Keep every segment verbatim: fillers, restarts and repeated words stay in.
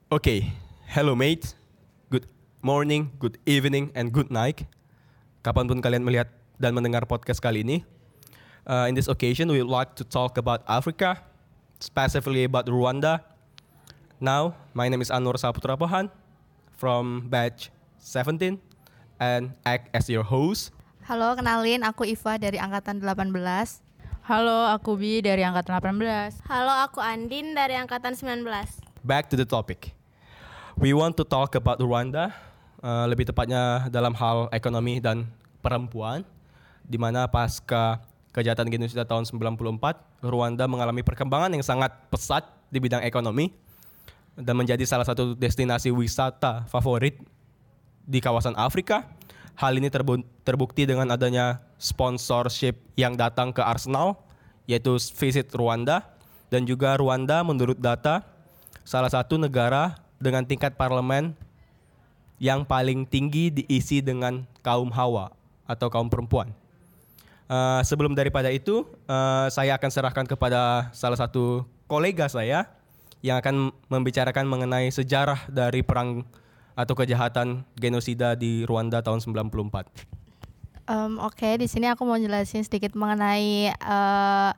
Okay, hello mate. Good morning, good evening, and good night. Kapanpun kalian melihat dan mendengar podcast kali ini. Uh, in this occasion, we would like to talk about Africa, specifically about Rwanda. Now, my name is Anwar Saputra Pohan from batch seventeen and act as your host. Halo, kenalin aku Iva dari angkatan delapan belas. Halo, aku Bi dari angkatan delapan belas. Halo, aku Andin dari angkatan sembilan belas. Back to the topic. We want to talk about Rwanda, uh, lebih tepatnya dalam hal ekonomi dan perempuan, di mana pasca kejahatan genosida tahun sembilan puluh empat, Rwanda mengalami perkembangan yang sangat pesat di bidang ekonomi dan menjadi salah satu destinasi wisata favorit di kawasan Afrika. Hal ini terbu- terbukti dengan adanya sponsorship yang datang ke Arsenal, yaitu Visit Rwanda, dan juga Rwanda menurut data salah satu negara dengan tingkat parlemen yang paling tinggi diisi dengan kaum Hawa atau kaum perempuan. Uh, sebelum daripada itu, uh, saya akan serahkan kepada salah satu kolega saya yang akan membicarakan mengenai sejarah dari perang atau kejahatan genosida di Rwanda tahun sembilan puluh empat. Um, Oke, okay, di sini aku mau jelasin sedikit mengenai uh,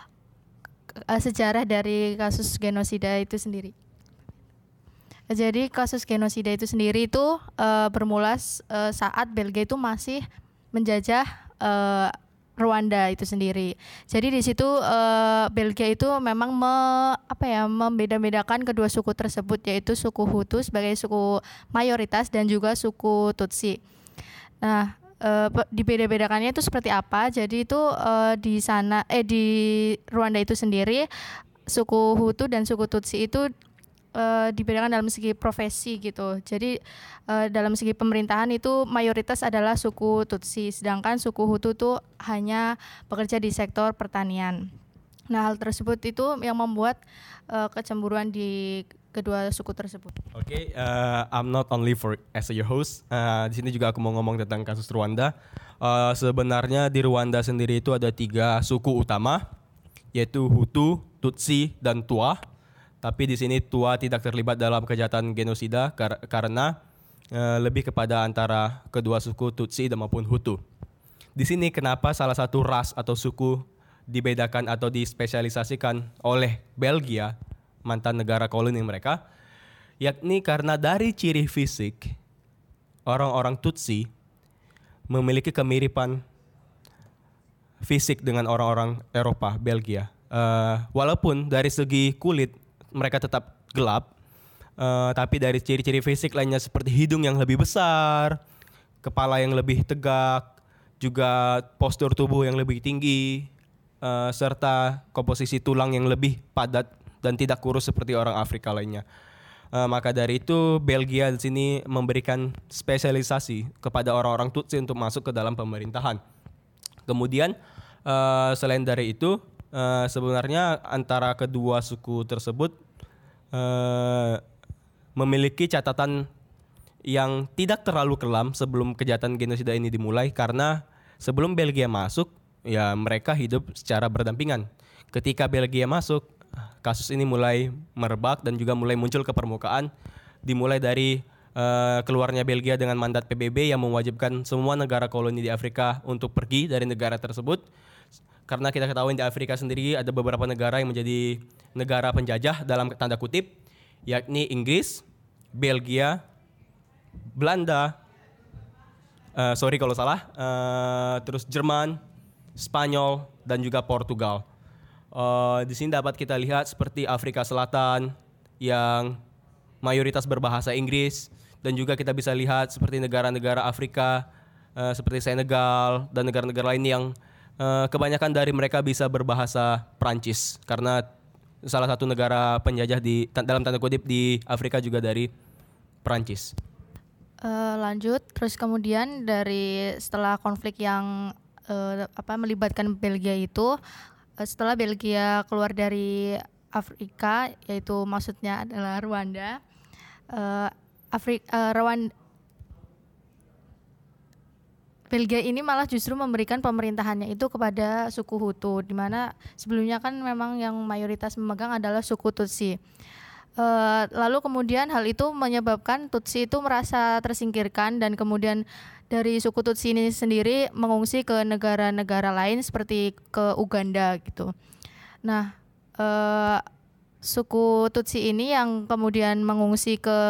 sejarah dari kasus genosida itu sendiri. Jadi kasus genosida itu sendiri itu uh, bermula uh, saat Belgia itu masih menjajah uh, Rwanda itu sendiri. Jadi di situ uh, Belgia itu memang me, apa ya membeda-bedakan kedua suku tersebut, yaitu suku Hutu sebagai suku mayoritas dan juga suku Tutsi. Nah, uh, dibeda-bedakannya itu seperti apa? Jadi itu uh, di sana eh di Rwanda itu sendiri suku Hutu dan suku Tutsi itu Uh, dibedakan dalam segi profesi gitu. Jadi uh, dalam segi pemerintahan itu mayoritas adalah suku Tutsi, sedangkan suku Hutu tuh hanya bekerja di sektor pertanian. Nah, hal tersebut itu yang membuat uh, kecemburuan di kedua suku tersebut. Oke, okay, uh, I'm not only for as your host. Uh, di sini juga aku mau ngomong tentang kasus Rwanda. Uh, sebenarnya di Rwanda sendiri itu ada tiga suku utama, yaitu Hutu, Tutsi, dan Twa. Tapi di sini Twa tidak terlibat dalam kejahatan genosida kar- karena e, lebih kepada antara kedua suku Tutsi dan maupun Hutu. Di sini kenapa salah satu ras atau suku dibedakan atau dispesialisasikan oleh Belgia, mantan negara koloni mereka, yakni karena dari ciri fisik orang-orang Tutsi memiliki kemiripan fisik dengan orang-orang Eropa, Belgia. E, walaupun dari segi kulit mereka tetap gelap, uh, tapi dari ciri-ciri fisik lainnya seperti hidung yang lebih besar, kepala yang lebih tegak, juga postur tubuh yang lebih tinggi, uh, serta komposisi tulang yang lebih padat dan tidak kurus seperti orang Afrika lainnya. Uh, maka dari itu Belgia di sini memberikan spesialisasi kepada orang-orang Tutsi untuk masuk ke dalam pemerintahan. Kemudian uh, selain dari itu, Uh, sebenarnya antara kedua suku tersebut uh, memiliki catatan yang tidak terlalu kelam sebelum kejahatan genosida ini dimulai, karena sebelum Belgia masuk, ya mereka hidup secara berdampingan. Ketika Belgia masuk, kasus ini mulai merebak dan juga mulai muncul ke permukaan, dimulai dari uh, keluarnya Belgia dengan mandat P B B yang mewajibkan semua negara koloni di Afrika untuk pergi dari negara tersebut. Karena kita ketahui di Afrika sendiri ada beberapa negara yang menjadi negara penjajah dalam tanda kutip, yakni Inggris, Belgia, Belanda, uh, sorry kalau salah, uh, terus Jerman, Spanyol, dan juga Portugal. Uh, di sini dapat kita lihat seperti Afrika Selatan yang mayoritas berbahasa Inggris, dan juga kita bisa lihat seperti negara-negara Afrika uh, seperti Senegal dan negara-negara lain yang Uh, kebanyakan dari mereka bisa berbahasa Prancis karena salah satu negara penjajah di t- dalam tanda kutip di Afrika juga dari Prancis. Uh, lanjut, terus kemudian dari setelah konflik yang uh, apa melibatkan Belgia itu, uh, setelah Belgia keluar dari Afrika, yaitu maksudnya adalah Rwanda, uh, Afri- uh, Rwanda Belgia ini malah justru memberikan pemerintahannya itu kepada suku Hutu, di mana sebelumnya kan memang yang mayoritas memegang adalah suku Tutsi. Uh, lalu kemudian hal itu menyebabkan Tutsi itu merasa tersingkirkan dan kemudian dari suku Tutsi ini sendiri mengungsi ke negara-negara lain seperti ke Uganda gitu. Nah, uh, suku Tutsi ini yang kemudian mengungsi ke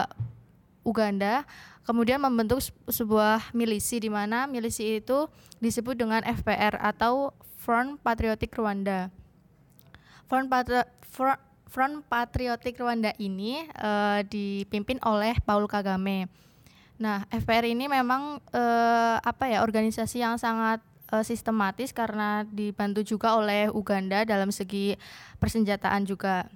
Uganda kemudian membentuk sebuah milisi di mana milisi itu disebut dengan F P R atau Front Patriotic Rwanda. Front, Patri- Front Front Patriotic Rwanda ini uh, dipimpin oleh Paul Kagame. Nah, F P R ini memang uh, apa ya organisasi yang sangat uh, sistematis karena dibantu juga oleh Uganda dalam segi persenjataan juga.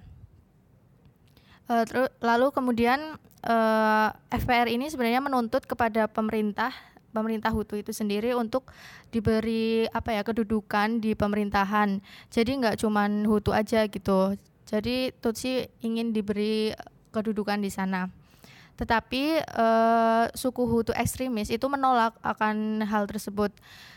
Uh, ter- lalu kemudian uh, F P R ini sebenarnya menuntut kepada pemerintah pemerintah Hutu itu sendiri untuk diberi apa ya kedudukan di pemerintahan. Jadi nggak cuman Hutu aja gitu. Jadi Tutsi ingin diberi kedudukan di sana. Tetapi uh, suku Hutu ekstremis itu menolak akan hal tersebut.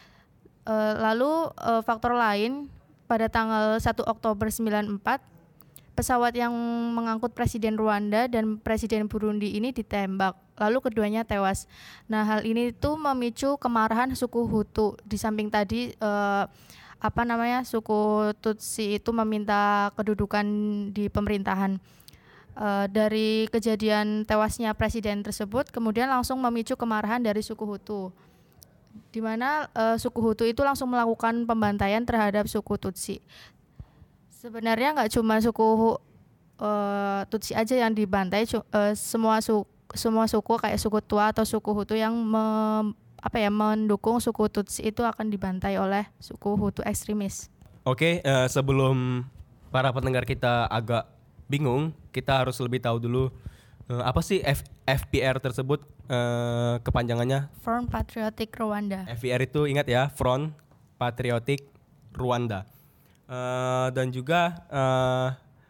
Uh, lalu uh, faktor lain pada tanggal satu Oktober sembilan puluh empat pesawat yang mengangkut Presiden Rwanda dan Presiden Burundi ini ditembak. Lalu keduanya tewas. Nah, hal ini tuh memicu kemarahan suku Hutu. Di samping tadi uh, apa namanya suku Tutsi itu meminta kedudukan di pemerintahan. Uh, dari kejadian tewasnya presiden tersebut kemudian langsung memicu kemarahan dari suku Hutu, di mana uh, suku Hutu itu langsung melakukan pembantaian terhadap suku Tutsi. Sebenarnya nggak cuma suku uh, Tutsi aja yang dibantai, uh, semua suku semua suku kayak suku Tua atau suku Hutu yang mem, apa ya mendukung suku Tutsi itu akan dibantai oleh suku Hutu ekstremis. Oke, uh, sebelum para pendengar kita agak bingung, kita harus lebih tahu dulu uh, apa sih F- FPR tersebut, uh, kepanjangannya? Front Patriotic Rwanda. F P R itu ingat ya, Front Patriotic Rwanda. Uh, dan juga uh,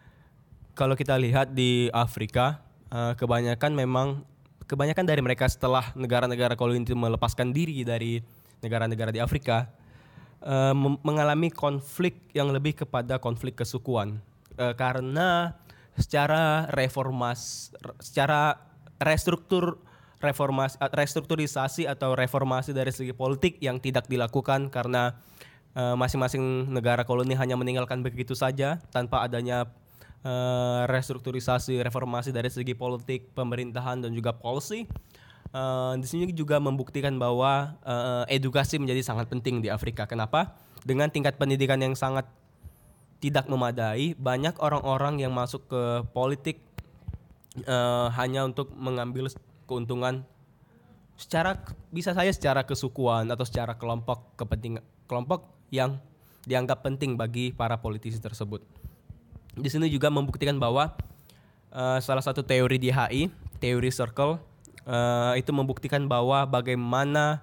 kalau kita lihat di Afrika, uh, kebanyakan memang kebanyakan dari mereka setelah negara-negara koloni itu melepaskan diri dari negara-negara di Afrika uh, mem- mengalami konflik yang lebih kepada konflik kesukuan uh, karena secara reformas secara restruktur reformasi restrukturisasi atau reformasi dari segi politik yang tidak dilakukan karena uh, masing-masing negara koloni hanya meninggalkan begitu saja tanpa adanya Uh, restrukturisasi, reformasi dari segi politik, pemerintahan dan juga policy. Uh, di sini juga membuktikan bahwa uh, edukasi menjadi sangat penting di Afrika. Kenapa? Dengan tingkat pendidikan yang sangat tidak memadai, banyak orang-orang yang masuk ke politik uh, hanya untuk mengambil keuntungan secara bisa saja secara kesukuan atau secara kelompok kepentingan kelompok yang dianggap penting bagi para politisi tersebut. Di sini juga membuktikan bahwa uh, salah satu teori di H I, teori circle, uh, itu membuktikan bahwa bagaimana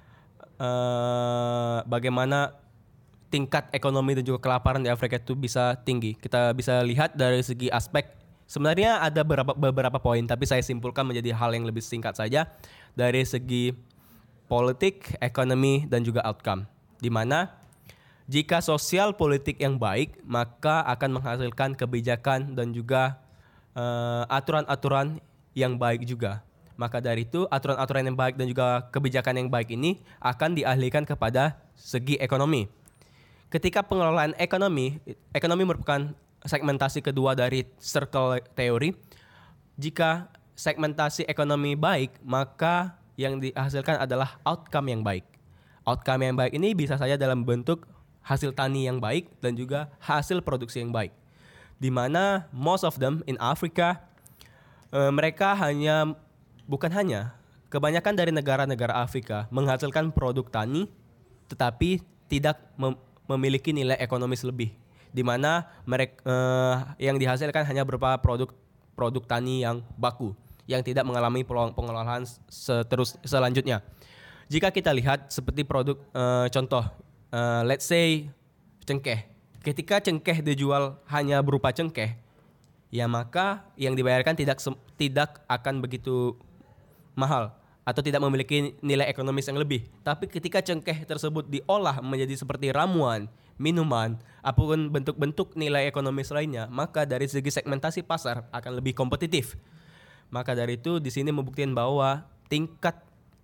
uh, bagaimana tingkat ekonomi dan juga kelaparan di Afrika itu bisa tinggi. Kita bisa lihat dari segi aspek, sebenarnya ada beberapa beberapa poin, tapi saya simpulkan menjadi hal yang lebih singkat saja dari segi politik, ekonomi dan juga outcome, di mana jika sosial politik yang baik, maka akan menghasilkan kebijakan dan juga uh, aturan-aturan yang baik juga. Maka dari itu, aturan-aturan yang baik dan juga kebijakan yang baik ini akan dialihkan kepada segi ekonomi. Ketika pengelolaan ekonomi, ekonomi merupakan segmentasi kedua dari circle teori. Jika segmentasi ekonomi baik, maka yang dihasilkan adalah outcome yang baik. Outcome yang baik ini bisa saja dalam bentuk hasil tani yang baik dan juga hasil produksi yang baik, di mana most of them in Africa uh, mereka hanya bukan hanya kebanyakan dari negara-negara Afrika menghasilkan produk tani tetapi tidak mem- memiliki nilai ekonomis lebih, di mana mereka uh, yang dihasilkan hanya berupa produk produk tani yang baku yang tidak mengalami pengelolaan seterus selanjutnya. Jika kita lihat seperti produk uh, contoh Uh, let's say cengkeh. Ketika cengkeh dijual hanya berupa cengkeh, ya maka yang dibayarkan tidak tidak akan begitu mahal atau tidak memiliki nilai ekonomis yang lebih. Tapi ketika cengkeh tersebut diolah menjadi seperti ramuan, minuman, apapun bentuk-bentuk nilai ekonomis lainnya, maka dari segi segmentasi pasar akan lebih kompetitif. Maka dari itu di sini membuktikan bahwa tingkat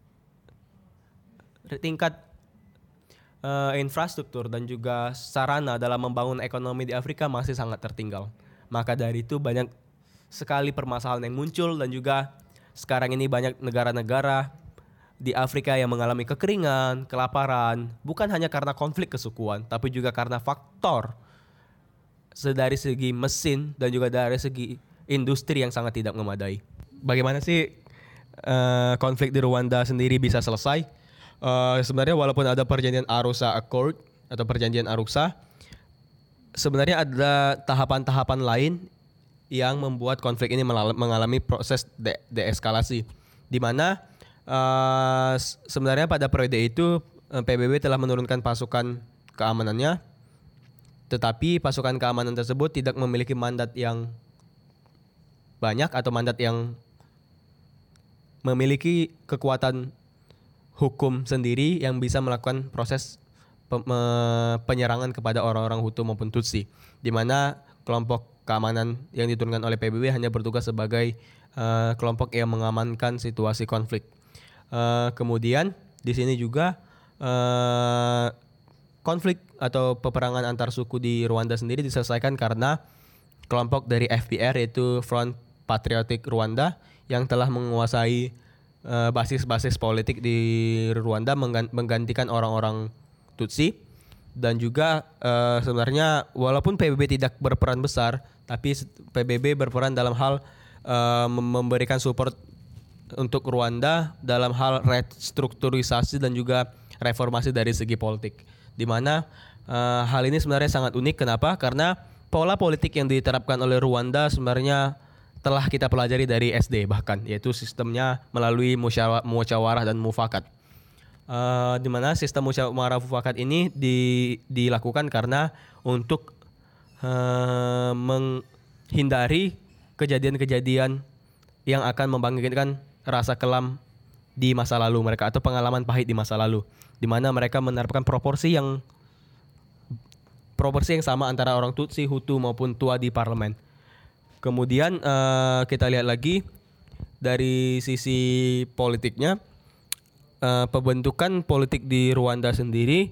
tingkat uh, infrastruktur dan juga sarana dalam membangun ekonomi di Afrika masih sangat tertinggal. Maka dari itu banyak sekali permasalahan yang muncul dan juga sekarang ini banyak negara-negara di Afrika yang mengalami kekeringan, kelaparan, bukan hanya karena konflik kesukuan, tapi juga karena faktor dari segi mesin dan juga dari segi industri yang sangat tidak memadai. Bagaimana sih uh, konflik di Rwanda sendiri bisa selesai? Uh, sebenarnya walaupun ada perjanjian Arusha Accord atau perjanjian Arusha, sebenarnya ada tahapan-tahapan lain yang membuat konflik ini mengalami proses de- deeskalasi, di mana Uh, sebenarnya pada periode itu uh, P B B telah menurunkan pasukan keamanannya, tetapi pasukan keamanan tersebut tidak memiliki mandat yang banyak atau mandat yang memiliki kekuatan hukum sendiri yang bisa melakukan proses pe- me- penyerangan kepada orang-orang Hutu maupun Tutsi, di mana kelompok keamanan yang diturunkan oleh P B B hanya bertugas sebagai uh, kelompok yang mengamankan situasi konflik. Uh, kemudian di sini juga uh, konflik atau peperangan antar suku di Rwanda sendiri diselesaikan karena kelompok dari F P R yaitu Front Patriotic Rwanda yang telah menguasai uh, basis-basis politik di Rwanda menggan- menggantikan orang-orang Tutsi, dan juga uh, sebenarnya walaupun P B B tidak berperan besar, tapi P B B berperan dalam hal uh, memberikan support untuk Rwanda dalam hal restrukturisasi dan juga reformasi dari segi politik, di mana uh, hal ini sebenarnya sangat unik. Kenapa? Karena pola politik yang diterapkan oleh Rwanda sebenarnya telah kita pelajari dari S D bahkan, yaitu sistemnya melalui musyawarah, musyawarah dan mufakat. Uh, di mana sistem musyawarah mufakat ini di, dilakukan karena untuk uh, menghindari kejadian-kejadian yang akan membangkitkan rasa kelam di masa lalu mereka atau pengalaman pahit di masa lalu, di mana mereka menerapkan proporsi yang proporsi yang sama antara orang Tutsi, Hutu maupun Tua di parlemen. Kemudian uh, kita lihat lagi dari sisi politiknya, uh, pembentukan politik di Rwanda sendiri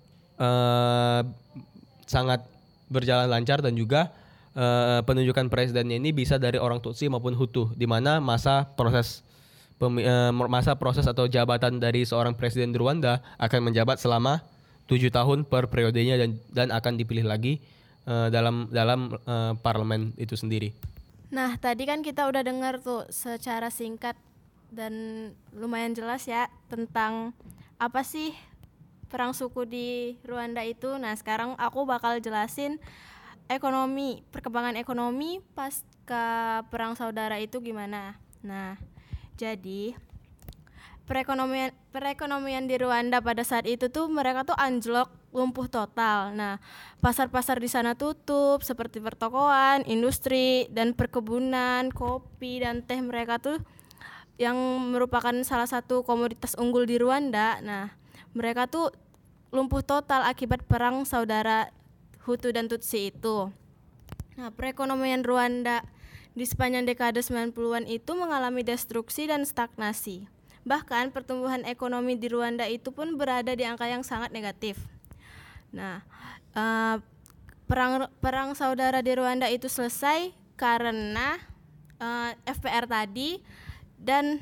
uh, sangat berjalan lancar, dan juga uh, penunjukan presidennya ini bisa dari orang Tutsi maupun Hutu, di mana masa proses masa proses atau jabatan dari seorang presiden di Rwanda akan menjabat selama tujuh tahun per periodenya, dan dan akan dipilih lagi uh, dalam dalam uh, parlemen itu sendiri. Nah, tadi kan kita udah dengar tuh secara singkat dan lumayan jelas ya tentang apa sih perang suku di Rwanda itu. Nah, sekarang aku bakal jelasin ekonomi, perkembangan ekonomi pasca perang saudara itu gimana. Nah, jadi perekonomian perekonomian di Rwanda pada saat itu tuh mereka tuh anjlok, lumpuh total. Nah, pasar-pasar di sana tutup seperti pertokoan, industri dan perkebunan, kopi dan teh mereka tuh yang merupakan salah satu komoditas unggul di Rwanda. Nah, mereka tuh lumpuh total akibat perang saudara Hutu dan Tutsi itu. Nah, perekonomian Rwanda di sepanjang dekade sembilan puluhan itu mengalami destruksi dan stagnasi. Bahkan pertumbuhan ekonomi di Rwanda itu pun berada di angka yang sangat negatif. Nah, uh, perang perang saudara di Rwanda itu selesai karena uh, F P R tadi dan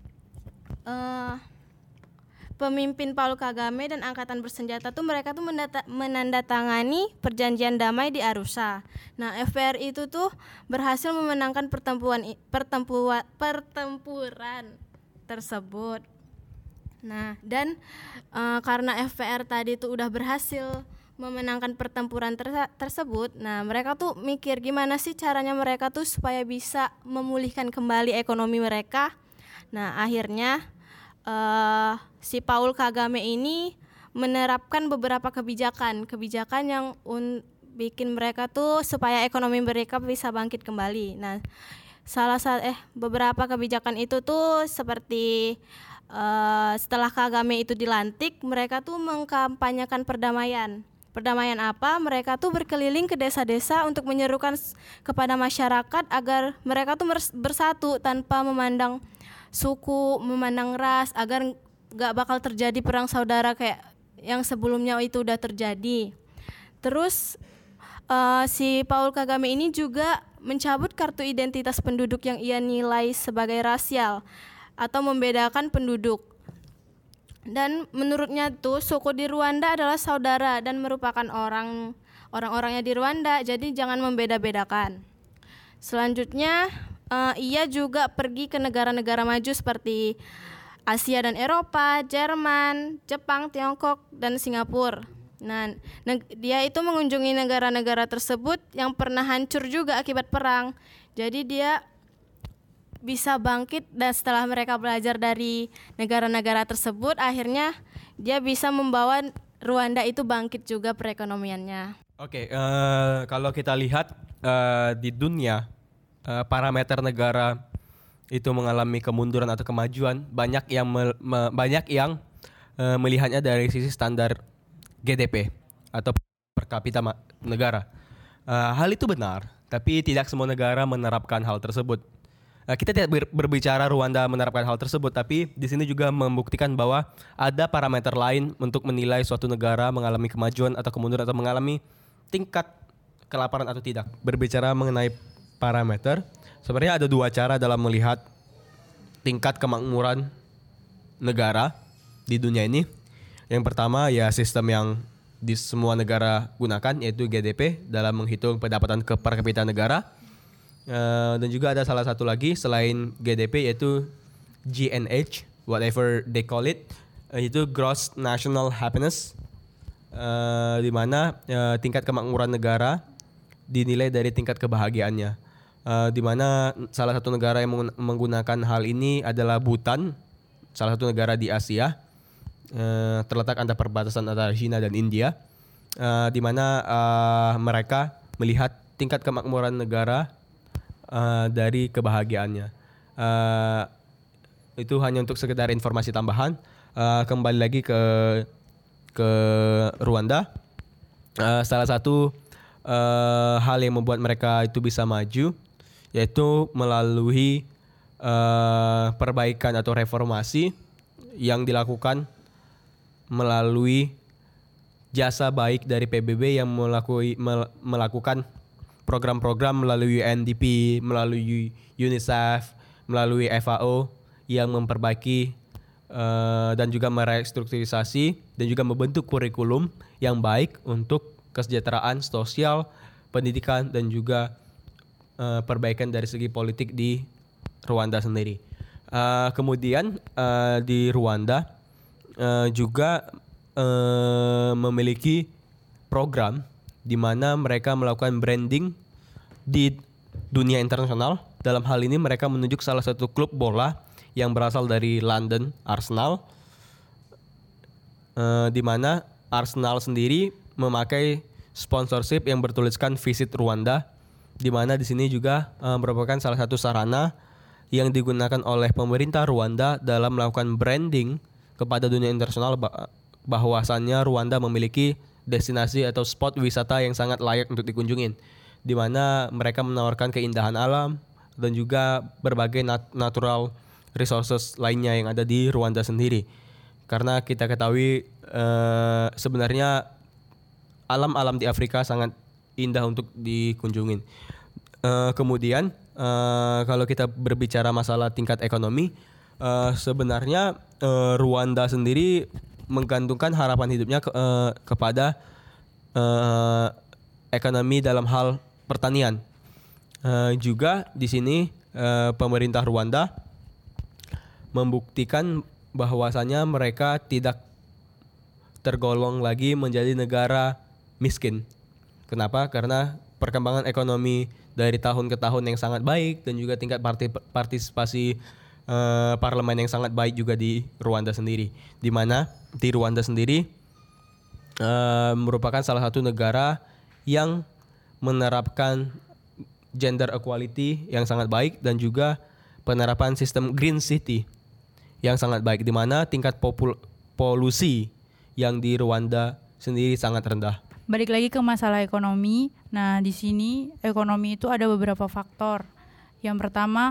uh, pemimpin Paul Kagame dan angkatan bersenjata tuh mereka tuh mendata, menandatangani perjanjian damai di Arusha. Nah, F P R itu tuh berhasil memenangkan pertempuran pertempuran pertempuran tersebut. Nah, dan uh, karena F P R tadi tuh udah berhasil memenangkan pertempuran ter- tersebut, nah mereka tuh mikir gimana sih caranya mereka tuh supaya bisa memulihkan kembali ekonomi mereka. Nah, akhirnya Uh, si Paul Kagame ini menerapkan beberapa kebijakan, kebijakan yang un- bikin mereka tuh supaya ekonomi mereka bisa bangkit kembali. Nah, salah satu eh beberapa kebijakan itu tuh seperti uh, setelah Kagame itu dilantik, mereka tuh mengkampanyekan perdamaian. Perdamaian apa? Mereka tuh berkeliling ke desa-desa untuk menyerukan s- kepada masyarakat agar mereka tuh mers- bersatu tanpa memandang suku, memandang ras, agar nggak bakal terjadi perang saudara kayak yang sebelumnya itu udah terjadi. Terus eh, si Paul Kagame ini juga mencabut kartu identitas penduduk yang ia nilai sebagai rasial atau membedakan penduduk. Dan menurutnya tuh suku di Rwanda adalah saudara dan merupakan orang orang-orangnya di Rwanda, jadi jangan membeda-bedakan. Selanjutnya eh, ia juga pergi ke negara-negara maju seperti Asia dan Eropa, Jerman, Jepang, Tiongkok, dan Singapura. Nah, neg- dia itu mengunjungi negara-negara tersebut yang pernah hancur juga akibat perang. Jadi dia bisa bangkit, dan setelah mereka belajar dari negara-negara tersebut, akhirnya dia bisa membawa Rwanda itu bangkit juga perekonomiannya. Oke, eh, kalau kita lihat eh, di dunia eh, parameter negara itu mengalami kemunduran atau kemajuan, banyak yang mel- me- banyak yang eh, melihatnya dari sisi standar G D P atau per kapita ma- negara. Eh, hal itu benar, tapi tidak semua negara menerapkan hal tersebut. Eh, kita tidak ber- berbicara Rwanda menerapkan hal tersebut, tapi di sini juga membuktikan bahwa ada parameter lain untuk menilai suatu negara mengalami kemajuan atau kemunduran atau mengalami tingkat kelaparan atau tidak. Berbicara mengenai parameter, sebenarnya ada dua cara dalam melihat tingkat kemakmuran negara di dunia ini. Yang pertama ya sistem yang di semua negara gunakan, yaitu G D P dalam menghitung pendapatan ke per kapita negara. Uh, dan juga ada salah satu lagi selain G D P, yaitu G N H, whatever they call it, uh, itu Gross National Happiness, uh, di mana uh, tingkat kemakmuran negara dinilai dari tingkat kebahagiaannya. Uh, di mana salah satu negara yang menggun- menggunakan hal ini adalah Bhutan, salah satu negara di Asia, uh, terletak antara perbatasan antara China dan India, uh, di mana uh, mereka melihat tingkat kemakmuran negara Uh, dari kebahagiaannya. Uh, itu hanya untuk sekedar informasi tambahan. Uh, kembali lagi ke ke Rwanda. Uh, salah satu uh, hal yang membuat mereka itu bisa maju, yaitu melalui uh, perbaikan atau reformasi yang dilakukan melalui jasa baik dari P B B yang melakui, mel, melakukan program-program melalui U N D P, melalui UNICEF, melalui F A O yang memperbaiki uh, dan juga merestrukturisasi dan juga membentuk kurikulum yang baik untuk kesejahteraan sosial, pendidikan, dan juga uh, perbaikan dari segi politik di Rwanda sendiri. Uh, kemudian uh, di Rwanda uh, juga uh, memiliki program di mana mereka melakukan branding di dunia internasional. Dalam hal ini mereka menunjuk salah satu klub bola yang berasal dari London, Arsenal, uh, di mana Arsenal sendiri memakai sponsorship yang bertuliskan Visit Rwanda, di mana di sini juga uh, merupakan salah satu sarana yang digunakan oleh pemerintah Rwanda dalam melakukan branding kepada dunia internasional bah- bahwasannya Rwanda memiliki destinasi atau spot wisata yang sangat layak untuk dikunjungin, di mana mereka menawarkan keindahan alam dan juga berbagai nat- natural resources lainnya yang ada di Rwanda sendiri. Karena kita ketahui eh, sebenarnya alam-alam di Afrika sangat indah untuk dikunjungin. Eh, kemudian eh, kalau kita berbicara masalah tingkat ekonomi, eh, sebenarnya eh, Rwanda sendiri menggantungkan harapan hidupnya ke, uh, kepada uh, ekonomi dalam hal pertanian. Uh, juga di sini uh, pemerintah Rwanda membuktikan bahwasannya mereka tidak tergolong lagi menjadi negara miskin. Kenapa? Karena perkembangan ekonomi dari tahun ke tahun yang sangat baik dan juga tingkat partisipasi Uh, parlemen yang sangat baik juga di Rwanda sendiri, di mana di Rwanda sendiri uh, merupakan salah satu negara yang menerapkan gender equality yang sangat baik dan juga penerapan sistem green city yang sangat baik, di mana tingkat popul- polusi yang di Rwanda sendiri sangat rendah. balik lagi ke masalah ekonomi. Nah, di sini ekonomi itu ada beberapa faktor. Yang pertama,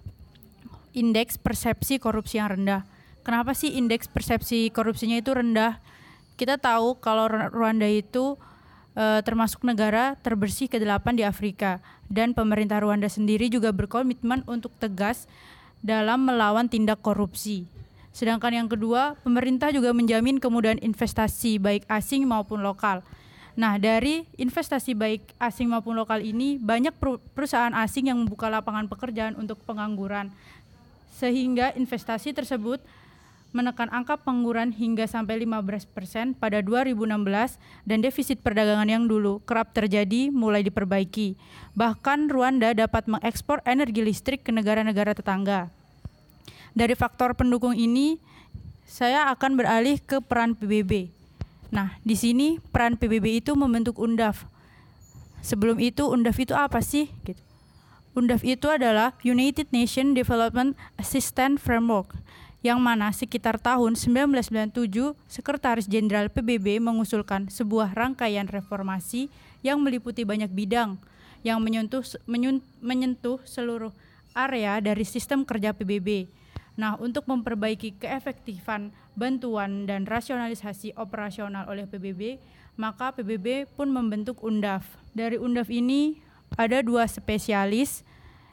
indeks persepsi korupsi yang rendah. Kenapa sih indeks persepsi korupsinya itu rendah? Kita tahu kalau Rwanda itu e, termasuk negara terbersih kedelapan di Afrika, dan pemerintah Rwanda sendiri juga berkomitmen untuk tegas dalam melawan tindak korupsi. Sedangkan yang kedua, pemerintah juga menjamin kemudahan investasi baik asing maupun lokal. Nah, dari investasi baik asing maupun lokal ini, banyak perusahaan asing yang membuka lapangan pekerjaan untuk pengangguran, sehingga investasi tersebut menekan angka pengangguran hingga sampai lima belas persen pada dua ribu enam belas, dan defisit perdagangan yang dulu kerap terjadi mulai diperbaiki. Bahkan Rwanda dapat mengekspor energi listrik ke negara-negara tetangga. Dari faktor pendukung ini, saya akan beralih ke peran P B B. Nah, di sini peran P B B itu membentuk U N D A F. Sebelum itu, U N D A F itu apa sih? Gitu. U N D A F itu adalah United Nations Development Assistance Framework, yang mana sekitar tahun sembilan belas sembilan puluh tujuh, Sekretaris Jenderal P B B mengusulkan sebuah rangkaian reformasi yang meliputi banyak bidang, yang menyentuh, menyentuh seluruh area dari sistem kerja P B B. Nah, untuk memperbaiki keefektifan bantuan dan rasionalisasi operasional oleh P B B, maka P B B pun membentuk U N D A F. Dari U N D A F ini ada dua spesialis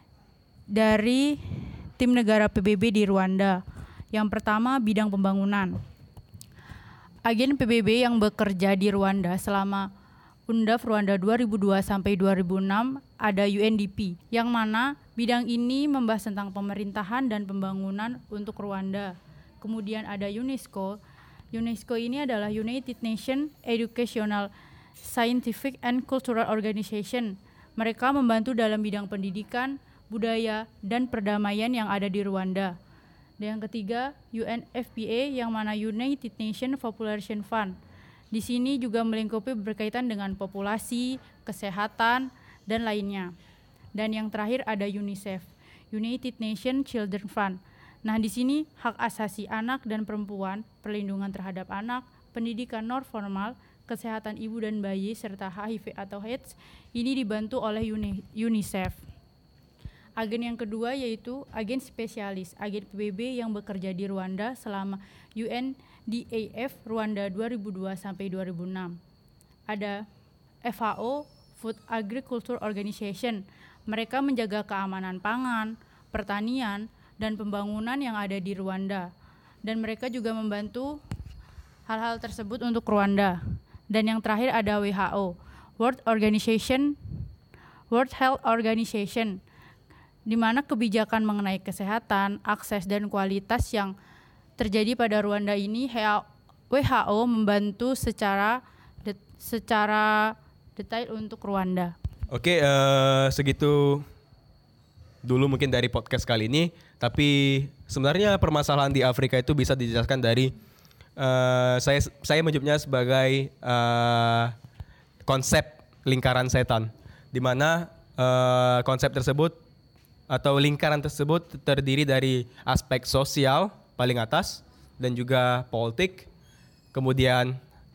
dari tim negara P B B di Rwanda. Yang pertama, bidang pembangunan. Agen P B B yang bekerja di Rwanda selama U N D A F Rwanda dua ribu dua sampai dua ribu enam ada U N D P, yang mana bidang ini membahas tentang pemerintahan dan pembangunan untuk Rwanda. Kemudian ada UNESCO. UNESCO ini adalah United Nations Educational, Scientific and Cultural Organization. Mereka membantu dalam bidang pendidikan, budaya, dan perdamaian yang ada di Rwanda. Dan yang ketiga, U N F P A, yang mana United Nations Population Fund. Di sini juga melingkupi berkaitan dengan populasi, kesehatan, dan lainnya. Dan yang terakhir ada UNICEF, United Nations Children Fund. Nah, di sini hak asasi anak dan perempuan, perlindungan terhadap anak, pendidikan non formal, kesehatan ibu dan bayi, serta H I V atau AIDS ini dibantu oleh Uni- UNICEF. Agen yang kedua yaitu agen spesialis, agen P B B yang bekerja di Rwanda selama U N D A F Rwanda dua ribu dua sampai dua ribu enam. Ada F A O, Food Agriculture Organization. Mereka menjaga keamanan pangan, pertanian, dan pembangunan yang ada di Rwanda. Dan mereka juga membantu hal-hal tersebut untuk Rwanda. Dan yang terakhir ada W H O, World Organization, World Health Organization, di mana kebijakan mengenai kesehatan, akses, dan kualitas yang terjadi pada Rwanda ini, W H O membantu secara det- secara detail untuk Rwanda. Oke, uh, segitu dulu mungkin dari podcast kali ini. Tapi sebenarnya permasalahan di Afrika itu bisa dijelaskan dari uh, saya saya menyebutnya sebagai uh, konsep lingkaran setan, di mana uh, konsep tersebut atau lingkaran tersebut terdiri dari aspek sosial paling atas dan juga politik, kemudian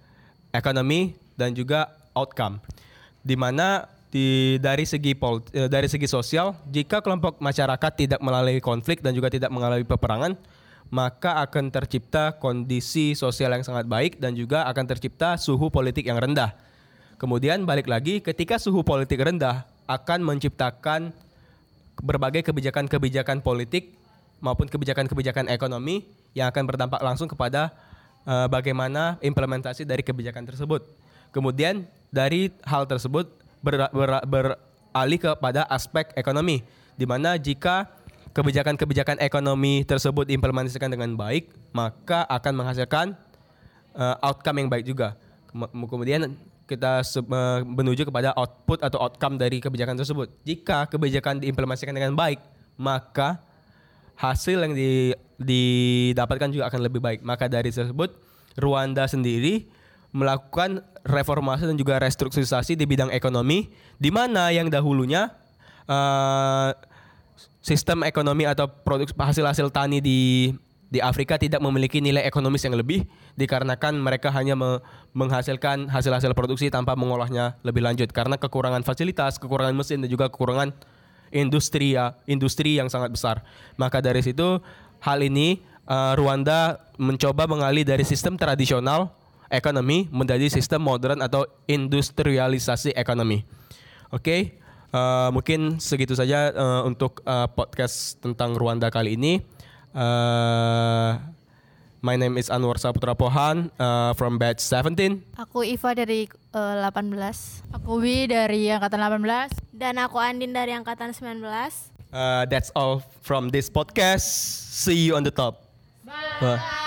ekonomi dan juga outcome. Di mana di dari segi politi, dari segi sosial, jika kelompok masyarakat tidak melalui konflik dan juga tidak mengalami peperangan, maka akan tercipta kondisi sosial yang sangat baik dan juga akan tercipta suhu politik yang rendah. Kemudian balik lagi, ketika suhu politik rendah akan menciptakan berbagai kebijakan-kebijakan politik maupun kebijakan-kebijakan ekonomi yang akan berdampak langsung kepada uh, bagaimana implementasi dari kebijakan tersebut. Kemudian dari hal tersebut ber, ber, beralih kepada aspek ekonomi, di mana jika kebijakan-kebijakan ekonomi tersebut diimplementasikan dengan baik, maka akan menghasilkan uh, outcome yang baik juga. Kemudian kita menuju kepada output atau outcome dari kebijakan tersebut. Jika kebijakan diimplementasikan dengan baik, maka hasil yang di, didapatkan juga akan lebih baik. Maka dari tersebut, Rwanda sendiri melakukan reformasi dan juga restrukturisasi di bidang ekonomi, di mana yang dahulunya uh, sistem ekonomi atau produk hasil-hasil tani di di Afrika tidak memiliki nilai ekonomis yang lebih dikarenakan mereka hanya me- menghasilkan hasil-hasil produksi tanpa mengolahnya lebih lanjut karena kekurangan fasilitas, kekurangan mesin dan juga kekurangan industri ya, industri yang sangat besar. Maka dari situ hal ini uh, Rwanda mencoba mengalih dari sistem tradisional ekonomi menjadi sistem modern atau industrialisasi ekonomi. Oke, okay? uh, mungkin segitu saja uh, untuk uh, podcast tentang Rwanda kali ini. Uh, my name is Anwar Saputra Pohan uh, from batch seventeen. Aku Iva dari uh, delapan belas. Aku Wi dari angkatan delapan belas. Dan aku Andin dari angkatan sembilan belas. Uh, that's all from this podcast. See you on the top. Bye. Bye.